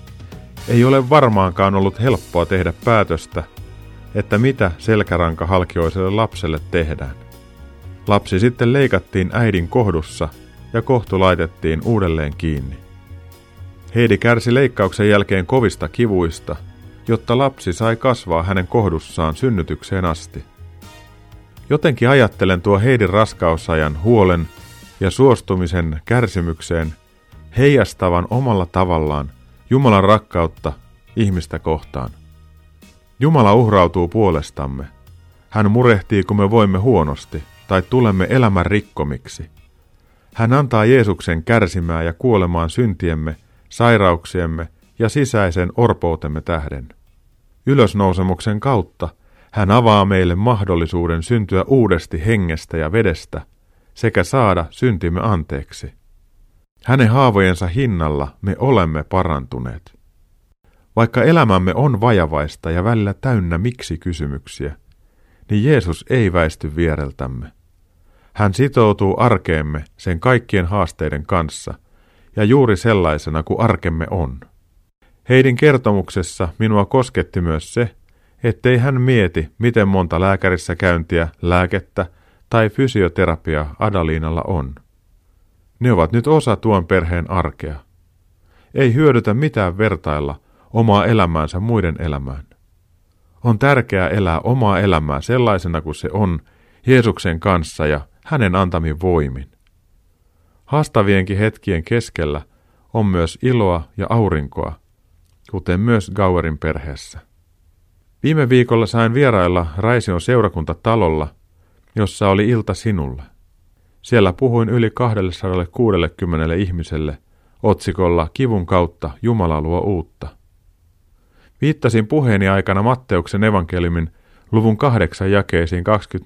B: Ei ole varmaankaan ollut helppoa tehdä päätöstä, että mitä selkärankahalkioiselle lapselle tehdään. Lapsi sitten leikattiin äidin kohdussa ja kohtu laitettiin uudelleen kiinni. Heidi kärsi leikkauksen jälkeen kovista kivuista, jotta lapsi sai kasvaa hänen kohdussaan synnytykseen asti. Jotenkin ajattelen tuo Heidin raskausajan huolen ja suostumisen kärsimykseen heijastavan omalla tavallaan Jumalan rakkautta ihmistä kohtaan. Jumala uhrautuu puolestamme. Hän murehtii, kun me voimme huonosti tai tulemme elämän rikkomiksi. Hän antaa Jeesuksen kärsimään ja kuolemaan syntiemme, sairauksiemme ja sisäisen orpoutemme tähden. Ylösnousemuksen kautta hän avaa meille mahdollisuuden syntyä uudesti hengestä ja vedestä sekä saada syntimme anteeksi. Hänen haavojensa hinnalla me olemme parantuneet. Vaikka elämämme on vajavaista ja välillä täynnä miksi-kysymyksiä, niin Jeesus ei väisty viereltämme. Hän sitoutuu arkeemme sen kaikkien haasteiden kanssa ja juuri sellaisena kuin arkemme on. Heidin kertomuksessa minua kosketti myös se, ettei hän mieti, miten monta lääkärissä käyntiä, lääkettä tai fysioterapiaa Adaliinalla on. Ne ovat nyt osa tuon perheen arkea. Ei hyödytä mitään vertailla omaa elämäänsä muiden elämään. On tärkeää elää omaa elämää sellaisena kuin se on, Jeesuksen kanssa ja hänen antamin voimin. Haastavienkin hetkien keskellä on myös iloa ja aurinkoa, kuten myös Gauerin perheessä. Viime viikolla sain vierailla Raision seurakuntatalolla, jossa oli ilta sinulle. Siellä puhuin yli 260 ihmiselle otsikolla Kivun kautta Jumala luo uutta. Viittasin puheeni aikana Matteuksen evankeliumin luvun 8 jakeisiin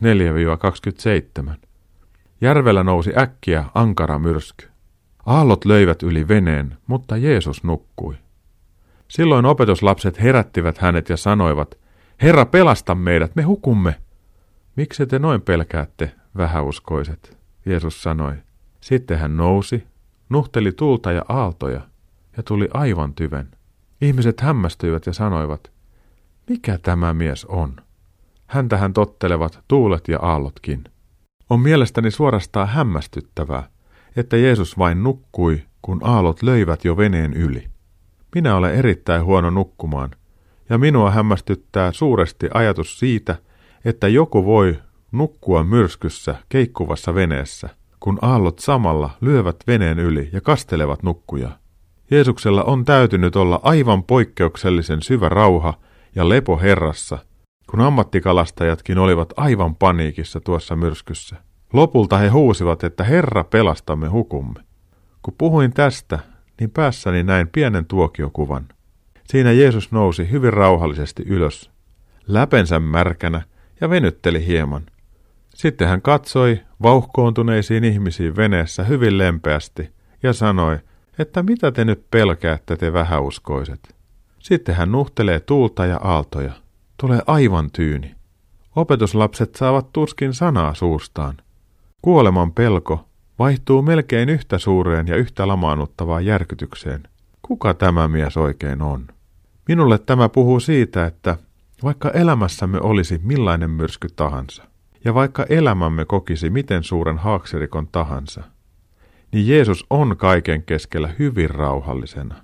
B: 24-27. Järvellä nousi äkkiä ankara myrsky. Aallot löivät yli veneen, mutta Jeesus nukkui. Silloin opetuslapset herättivät hänet ja sanoivat, Herra, pelasta meidät, me hukumme. Miksi te noin pelkäätte, vähäuskoiset? Jeesus sanoi. Sitten hän nousi, nuhteli tuulta ja aaltoja ja tuli aivan tyven. Ihmiset hämmästyivät ja sanoivat, mikä tämä mies on? Häntähän tottelevat tuulet ja aallotkin. On mielestäni suorastaan hämmästyttävää, että Jeesus vain nukkui, kun aallot löivät jo veneen yli. Minä olen erittäin huono nukkumaan, ja minua hämmästyttää suuresti ajatus siitä, että joku voi nukkua myrskyssä keikkuvassa veneessä, kun aallot samalla lyövät veneen yli ja kastelevat nukkuja. Jeesuksella on täytynyt olla aivan poikkeuksellisen syvä rauha ja lepo Herrassa, kun ammattikalastajatkin olivat aivan paniikissa tuossa myrskyssä. Lopulta he huusivat, että Herra, pelastamme, hukumme. Kun puhuin tästä, niin päässäni näin pienen tuokiokuvan. Siinä Jeesus nousi hyvin rauhallisesti ylös, läpensä märkänä, ja venytteli hieman. Sitten hän katsoi vauhkoontuneisiin ihmisiin veneessä hyvin lempeästi ja sanoi, että mitä te nyt pelkäätte, te vähäuskoiset. Sitten hän nuhtelee tuulta ja aaltoja. Tulee aivan tyyni. Opetuslapset saavat tuskin sanaa suustaan. Kuoleman pelko vaihtuu melkein yhtä suureen ja yhtä lamaannuttavaan järkytykseen. Kuka tämä mies oikein on? Minulle tämä puhuu siitä, että vaikka elämässämme olisi millainen myrsky tahansa, ja vaikka elämämme kokisi miten suuren haaksirikon tahansa, niin Jeesus on kaiken keskellä hyvin rauhallisena.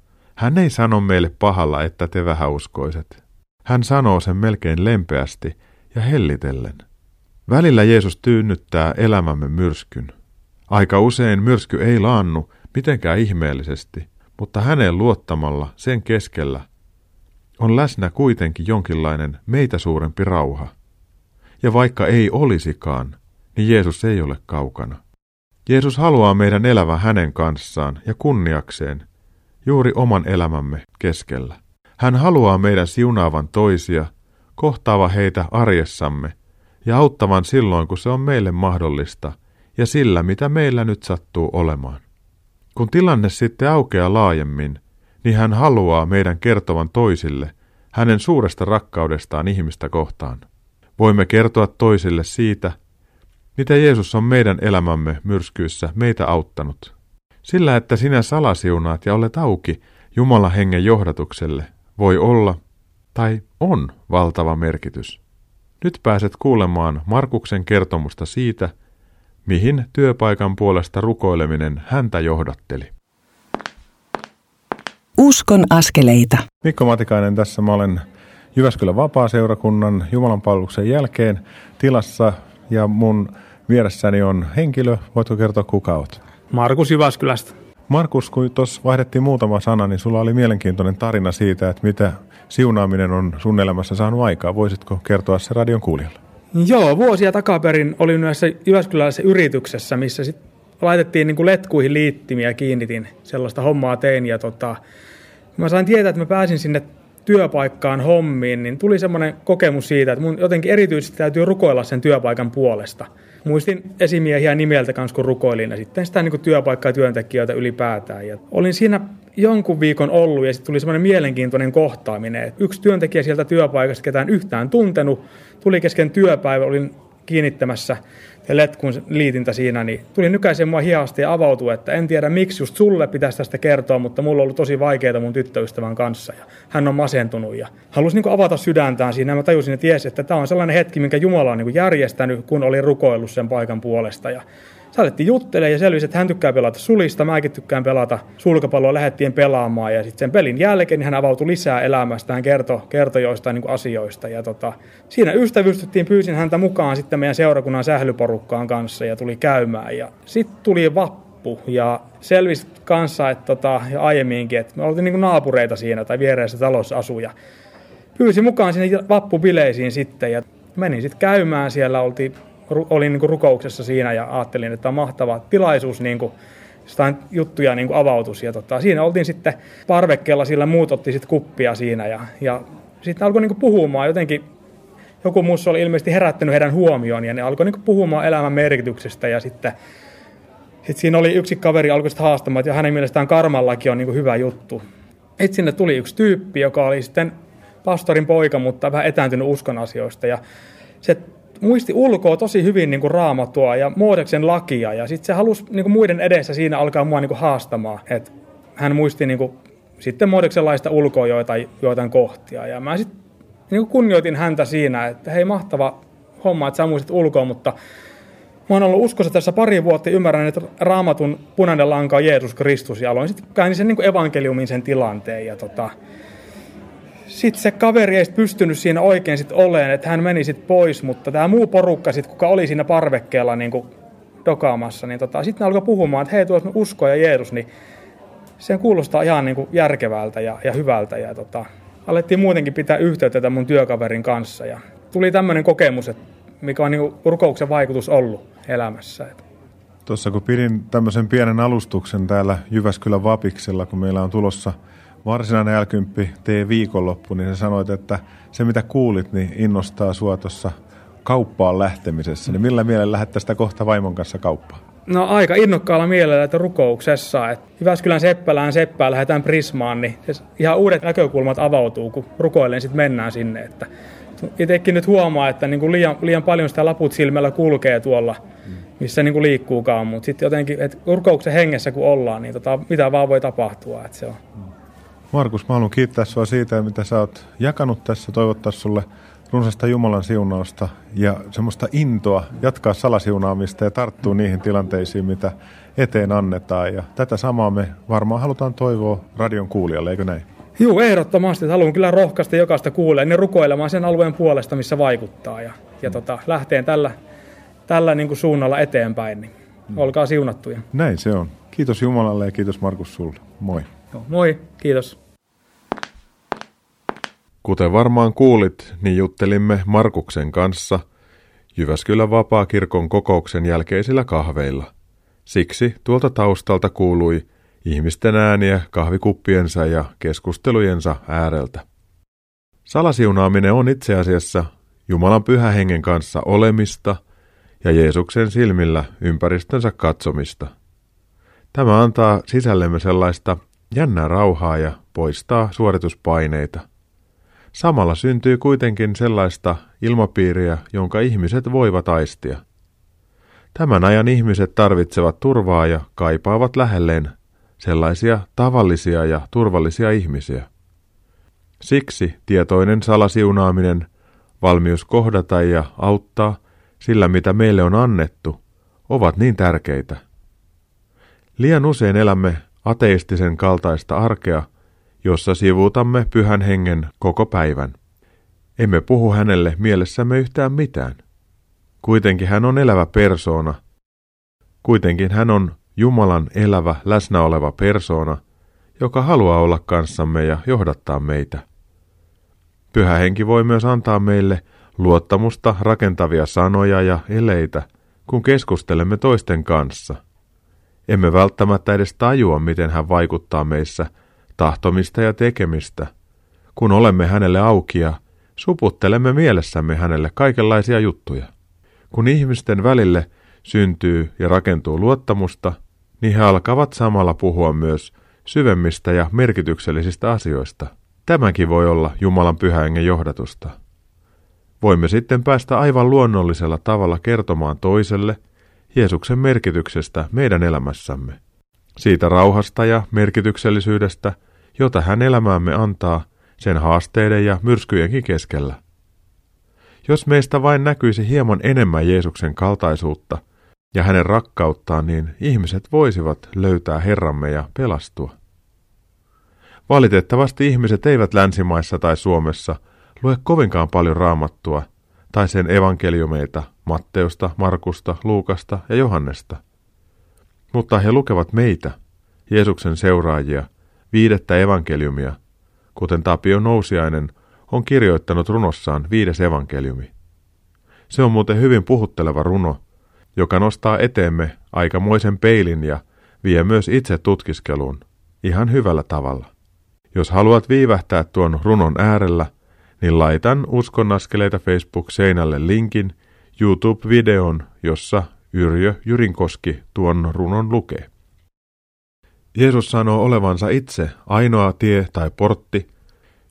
B: Hän ei sano meille pahalla, että te vähäuskoiset. Hän sanoo sen melkein lempeästi ja hellitellen. Välillä Jeesus tyynnyttää elämämme myrskyn. Aika usein myrsky ei laannu mitenkään ihmeellisesti, mutta häneen luottamalla sen keskellä on läsnä kuitenkin jonkinlainen meitä suurempi rauha. Ja vaikka ei olisikaan, niin Jeesus ei ole kaukana. Jeesus haluaa meidän elävän hänen kanssaan ja kunniakseen juuri oman elämämme keskellä. Hän haluaa meidän siunaavan toisia, kohtaava heitä arjessamme ja auttavan silloin, kun se on meille mahdollista ja sillä, mitä meillä nyt sattuu olemaan. Kun tilanne sitten aukeaa laajemmin, niin hän haluaa meidän kertovan toisille hänen suuresta rakkaudestaan ihmistä kohtaan. Voimme kertoa toisille siitä, mitä Jeesus on meidän elämämme myrskyissä meitä auttanut. Sillä, että sinä salasiunaat ja olet auki Jumalan hengen johdatukselle, voi olla tai on valtava merkitys. Nyt pääset kuulemaan Markuksen kertomusta siitä, mihin työpaikan puolesta rukoileminen häntä johdatteli.
A: Uskon askeleita.
B: Mikko Matikainen tässä. Mä olen Jyväskylän vapaaseurakunnan jumalanpalveluksen jälkeen tilassa ja mun vieressäni on henkilö. Voitko kertoa, kuka olet?
H: Markus Jyväskylästä.
B: Markus, kun tuossa vaihdettiin muutama sana, niin sulla oli mielenkiintoinen tarina siitä, että mitä siunaaminen on sun elämässä saanut aikaa. Voisitko kertoa se radion kuulijalle?
H: Joo, vuosia takaperin olin yhdessä jyväskyläläisessä yrityksessä, missä sit laitettiin niin kuin letkuihin liittimiä ja kiinnitin sellaista hommaa tein. Ja kun mä sain tietää, että mä pääsin sinne työpaikkaan hommiin, niin tuli semmoinen kokemus siitä, että mun jotenkin erityisesti täytyy rukoilla sen työpaikan puolesta. Muistin esimiehiä nimeltä kanssa, kun rukoilin, ja sitten sitä niin kuin työpaikkaa ja työntekijöitä ylipäätään. Ja olin siinä jonkun viikon ollut, ja sitten tuli semmoinen mielenkiintoinen kohtaaminen. Että yksi työntekijä sieltä työpaikasta, ketään yhtään tuntenut, tuli kesken työpäivä, olin kiinnittämässä letkun liitintä siinä, niin tuli nykäiseen mua hihasta ja avautui, että en tiedä miksi just sulle pitäisi tästä kertoa, mutta mulla on ollut tosi vaikeaa mun tyttöystävän kanssa ja hän on masentunut ja halusi niin kuin avata sydäntään siinä. Mä tajusin, että jes, että tämä on sellainen hetki, minkä Jumala on niin kuin järjestänyt, kun oli rukoillut sen paikan puolesta ja saatettiin juttelemaan ja selvisi, että hän tykkää pelata sulista, mäkin tykkään pelata sulkapalloa, lähdettiin pelaamaan ja sitten sen pelin jälkeen hän avautui lisää elämästä, hän kertoi joistain niin kuin asioista ja siinä ystävystyttiin, pyysin häntä mukaan sitten meidän seurakunnan sählyporukkaan kanssa ja tuli käymään ja sitten tuli vappu ja selvisi kanssa, että ja aiemminkin, että me oltiin niin kuin naapureita siinä tai viereisessä talossa asuja. Pyysin mukaan sinne vappubileisiin sitten ja menin sitten käymään, siellä olin niin kuin rukouksessa siinä ja ajattelin, että on mahtava tilaisuus, niin kuin, jostain juttuja niin kuin avautus. Ja siinä oltiin sitten parvekkeella, sillä muut otti sitten kuppia siinä ja sitten alkoi niin kuin puhumaan jotenkin. Joku muussa oli ilmeisesti herättänyt heidän huomioon ja ne alkoi niin kuin puhumaan elämän merkityksestä ja sitten siinä oli yksi kaveri alkoi sitten haastamaan, että hänen mielestään karmallakin on niin kuin hyvä juttu. Sitten sinne tuli yksi tyyppi, joka oli sitten pastorin poika, mutta vähän etääntynyt uskon asioista. Ja se muisti ulkoa tosi hyvin niin kuin Raamattua ja Mooseksen lakia. Ja sitten se halusi niin kuin muiden edessä siinä alkaa mua niin kuin haastamaan. Et hän muisti niin kuin, sitten Mooseksen laista ulkoa joitain kohtia. Ja mä sitten niin kuin kunnioitin häntä siinä, että hei, mahtava homma, että sä muistit ulkoa, mutta mä oon ollut uskossa tässä pari vuotta ja ymmärrän, että Raamatun punainen lanka on Jeesus Kristus. Ja aloin sitten käännin sen niin kuin evankeliumin sen tilanteen. Ja sitten se kaveri ei pystynyt siinä oikein sit oleen, että hän meni sitten pois, mutta tämä muu porukka, sit, kuka oli siinä parvekkeella niin kuin dokaamassa, niin sitten ne alkoi puhumaan, että hei, tuossa usko ja Jeesus, niin se kuulostaa ihan niin kuin järkevältä ja hyvältä. Ja alettiin muutenkin pitää yhteyttä tämän mun työkaverin kanssa. Ja tuli tämmöinen kokemus, että mikä on niin kuin rukouksen vaikutus ollut elämässä.
B: Tuossa kun pidin tämmöisen pienen alustuksen täällä Jyväskylän Vapiksella, kun meillä on tulossa varsinainen L10 T-viikonloppu, niin sä sanoit, että se mitä kuulit, niin innostaa sua tuossa kauppaan lähtemisessä. Niin millä mielellä lähdet sitä kohta vaimon kanssa kauppaan?
H: No aika innokkaalla mielellä, että rukouksessa. Että Jyväskylän Seppää lähdetään Prismaan, niin ihan uudet näkökulmat avautuu, kun rukoilleen sitten mennään sinne. Että itsekin nyt huomaa, että niin kuin liian paljon sitä laput silmällä kulkee tuolla, missä niin kuin liikkuukaan. Mutta sitten jotenkin, että rukouksen hengessä kun ollaan, niin mitä vaan voi tapahtua. Että se on.
B: Markus, mä haluan kiittää sua siitä, mitä sä oot jakanut tässä, toivottaa sulle runsasta Jumalan siunausta ja semmoista intoa jatkaa salasiunaamista ja tarttua niihin tilanteisiin, mitä eteen annetaan. Ja tätä samaa me varmaan halutaan toivoa radion kuulijalle, eikö näin?
H: Joo, ehdottomasti. Haluan kyllä rohkaista jokaista kuulijaa niin rukoilemaan sen alueen puolesta, missä vaikuttaa. Ja lähteen tällä niin kuin suunnalla eteenpäin, niin olkaa siunattuja.
B: Näin se on. Kiitos Jumalalle ja kiitos Markus sulle. Moi.
H: Moi, kiitos.
B: Kuten varmaan kuulit, niin juttelimme Markuksen kanssa Jyväskylän Vapaakirkon kokouksen jälkeisillä kahveilla. Siksi tuolta taustalta kuului ihmisten ääniä kahvikuppiensa ja keskustelujensa ääreltä. Salasiunaaminen on itse asiassa Jumalan pyhän hengen kanssa olemista ja Jeesuksen silmillä ympäristönsä katsomista. Tämä antaa sisällemme sellaista jännää rauhaa ja poistaa suorituspaineita. Samalla syntyy kuitenkin sellaista ilmapiiriä, jonka ihmiset voivat aistia. Tämän ajan ihmiset tarvitsevat turvaa ja kaipaavat lähelleen sellaisia tavallisia ja turvallisia ihmisiä. Siksi tietoinen salasiunaaminen, valmius kohdata ja auttaa sillä mitä meille on annettu, ovat niin tärkeitä. Liian usein elämme ateistisen kaltaista arkea, jossa sivuutamme pyhän hengen koko päivän. Emme puhu hänelle mielessämme yhtään mitään. Kuitenkin hän on elävä persoona. Kuitenkin hän on Jumalan elävä, läsnä oleva persoona, joka haluaa olla kanssamme ja johdattaa meitä. Pyhä henki voi myös antaa meille luottamusta rakentavia sanoja ja eleitä, kun keskustelemme toisten kanssa. Emme välttämättä edes tajua, miten hän vaikuttaa meissä tahtomista ja tekemistä, kun olemme hänelle auki ja suputtelemme mielessämme hänelle kaikenlaisia juttuja. Kun ihmisten välille syntyy ja rakentuu luottamusta, niin he alkavat samalla puhua myös syvemmistä ja merkityksellisistä asioista. Tämäkin voi olla Jumalan pyhän hengen johdatusta. Voimme sitten päästä aivan luonnollisella tavalla kertomaan toiselle Jeesuksen merkityksestä meidän elämässämme. Siitä rauhasta ja merkityksellisyydestä, jota hän elämäämme antaa sen haasteiden ja myrskyjenkin keskellä. Jos meistä vain näkyisi hieman enemmän Jeesuksen kaltaisuutta ja hänen rakkauttaan, niin ihmiset voisivat löytää Herramme ja pelastua. Valitettavasti ihmiset eivät länsimaissa tai Suomessa lue kovinkaan paljon Raamattua tai sen evankeliumeita Matteusta, Markusta, Luukasta ja Johannesta. Mutta he lukevat meitä, Jeesuksen seuraajia, 5. evankeliumia, kuten Tapio Nousiainen on kirjoittanut runossaan 5. evankeliumi. Se on muuten hyvin puhutteleva runo, joka nostaa eteemme aikamoisen peilin ja vie myös itse tutkiskeluun ihan hyvällä tavalla. Jos haluat viivähtää tuon runon äärellä, niin laitan Uskon askeleita Facebook-seinälle linkin YouTube-videon, jossa Yrjö Jyrinkoski tuon runon lukee. Jeesus sanoo olevansa itse ainoa tie tai portti,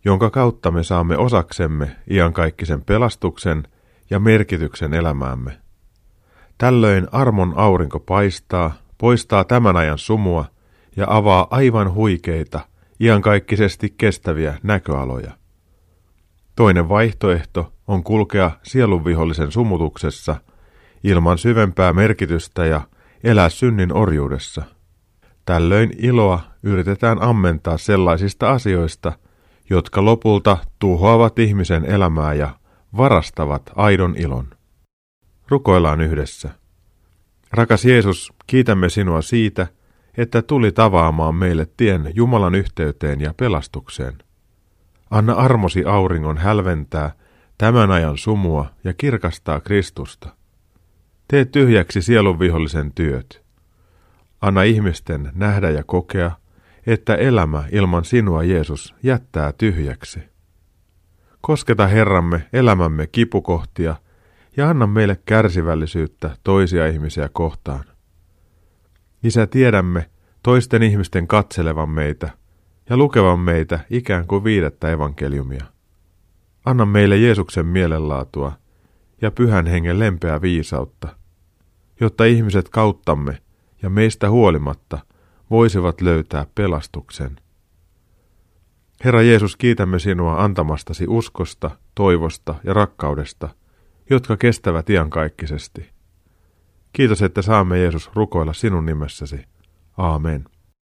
B: jonka kautta me saamme osaksemme iankaikkisen pelastuksen ja merkityksen elämäämme. Tällöin armon aurinko paistaa, poistaa tämän ajan sumua ja avaa aivan huikeita, iankaikkisesti kestäviä näköaloja. Toinen vaihtoehto on kulkea sielunvihollisen sumutuksessa ilman syvempää merkitystä ja elää synnin orjuudessa. Tällöin iloa yritetään ammentaa sellaisista asioista, jotka lopulta tuhoavat ihmisen elämää ja varastavat aidon ilon. Rukoillaan yhdessä. Rakas Jeesus, kiitämme sinua siitä, että tuli tavaamaan meille tien Jumalan yhteyteen ja pelastukseen. Anna armosi auringon hälventää tämän ajan sumua ja kirkastaa Kristusta. Tee tyhjäksi sielunvihollisen työt. Anna ihmisten nähdä ja kokea, että elämä ilman sinua, Jeesus, jättää tyhjäksi. Kosketa, Herramme, elämämme kipukohtia ja anna meille kärsivällisyyttä toisia ihmisiä kohtaan. Isä, tiedämme toisten ihmisten katselevan meitä ja lukevan meitä ikään kuin 5. evankeliumia. Anna meille Jeesuksen mielenlaatua ja Pyhän Hengen lempeää viisautta, jotta ihmiset kauttamme ja meistä huolimatta voisivat löytää pelastuksen. Herra Jeesus, kiitämme sinua antamastasi uskosta, toivosta ja rakkaudesta, jotka kestävät iankaikkisesti. Kiitos, että saamme, Jeesus, rukoilla sinun nimessäsi. Aamen.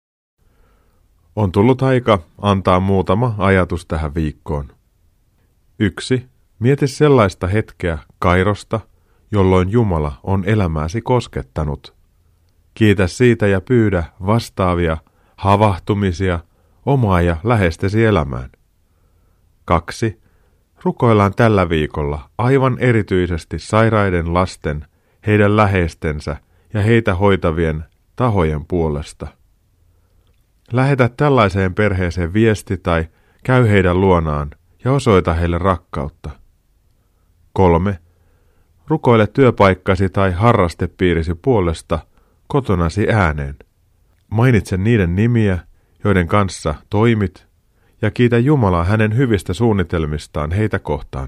B: On tullut aika antaa muutama ajatus tähän viikkoon. 1. Mieti sellaista hetkeä Kairosta, jolloin Jumala on elämääsi koskettanut. Kiitä siitä ja pyydä vastaavia havahtumisia omaa ja läheistesi elämään. 2. Rukoillaan tällä viikolla aivan erityisesti sairaiden lasten, heidän läheistensä ja heitä hoitavien tahojen puolesta. Lähetä tällaiseen perheeseen viesti tai käy heidän luonaan ja osoita heille rakkautta. 3. Rukoile työpaikkasi tai harrastepiirisi puolesta kotonasi ääneen. Mainitse niiden nimiä, joiden kanssa toimit, ja kiitä Jumalaa hänen hyvistä suunnitelmistaan heitä kohtaan.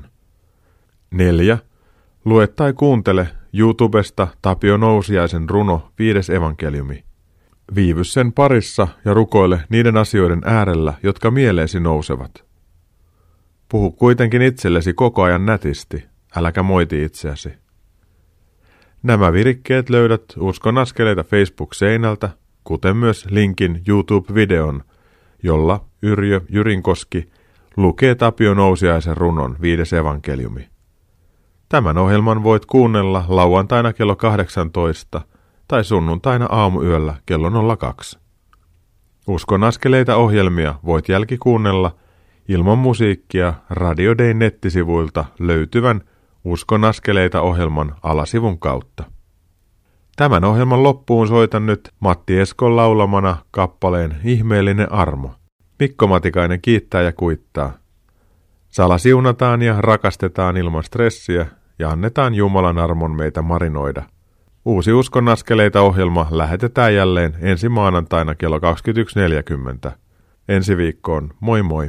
B: 4. Lue tai kuuntele YouTubesta Tapio Nousiaisen runo 5. evankeliumi. Viivy sen parissa ja rukoile niiden asioiden äärellä, jotka mieleesi nousevat. Puhu kuitenkin itsellesi koko ajan nätisti, äläkä moiti itseäsi. Nämä virikkeet löydät Uskon askeleita Facebook-seinältä, kuten myös linkin YouTube-videon, jolla Yrjö Jyrinkoski lukee Tapio Nousiaisen runon 5. evankeliumi. Tämän ohjelman voit kuunnella lauantaina kello 18 tai sunnuntaina aamuyöllä kello 02. Uskon askeleita ohjelmia voit jälkikuunnella ilman musiikkia Radio Dayn nettisivuilta löytyvän Uskon askeleita ohjelman alasivun kautta. Tämän ohjelman loppuun soitan nyt Matti Eskon laulamana kappaleen Ihmeellinen armo. Mikko Matikainen kiittää ja kuittaa. Sala siunataan ja rakastetaan ilman stressiä ja annetaan Jumalan armon meitä marinoida. Uusi Uskon askeleita -ohjelma lähetetään jälleen ensi maanantaina kello 21.40. Ensi viikkoon, moi moi!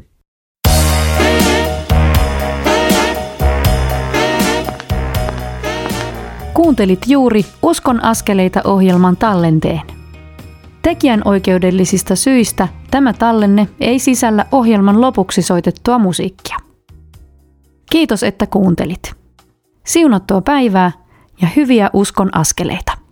E: Kuuntelit juuri Uskon askeleita -ohjelman tallenteen. Tekijän oikeudellisista syistä tämä tallenne ei sisällä ohjelman lopuksi soitettua musiikkia. Kiitos, että kuuntelit. Siunattua päivää ja hyviä uskon askeleita.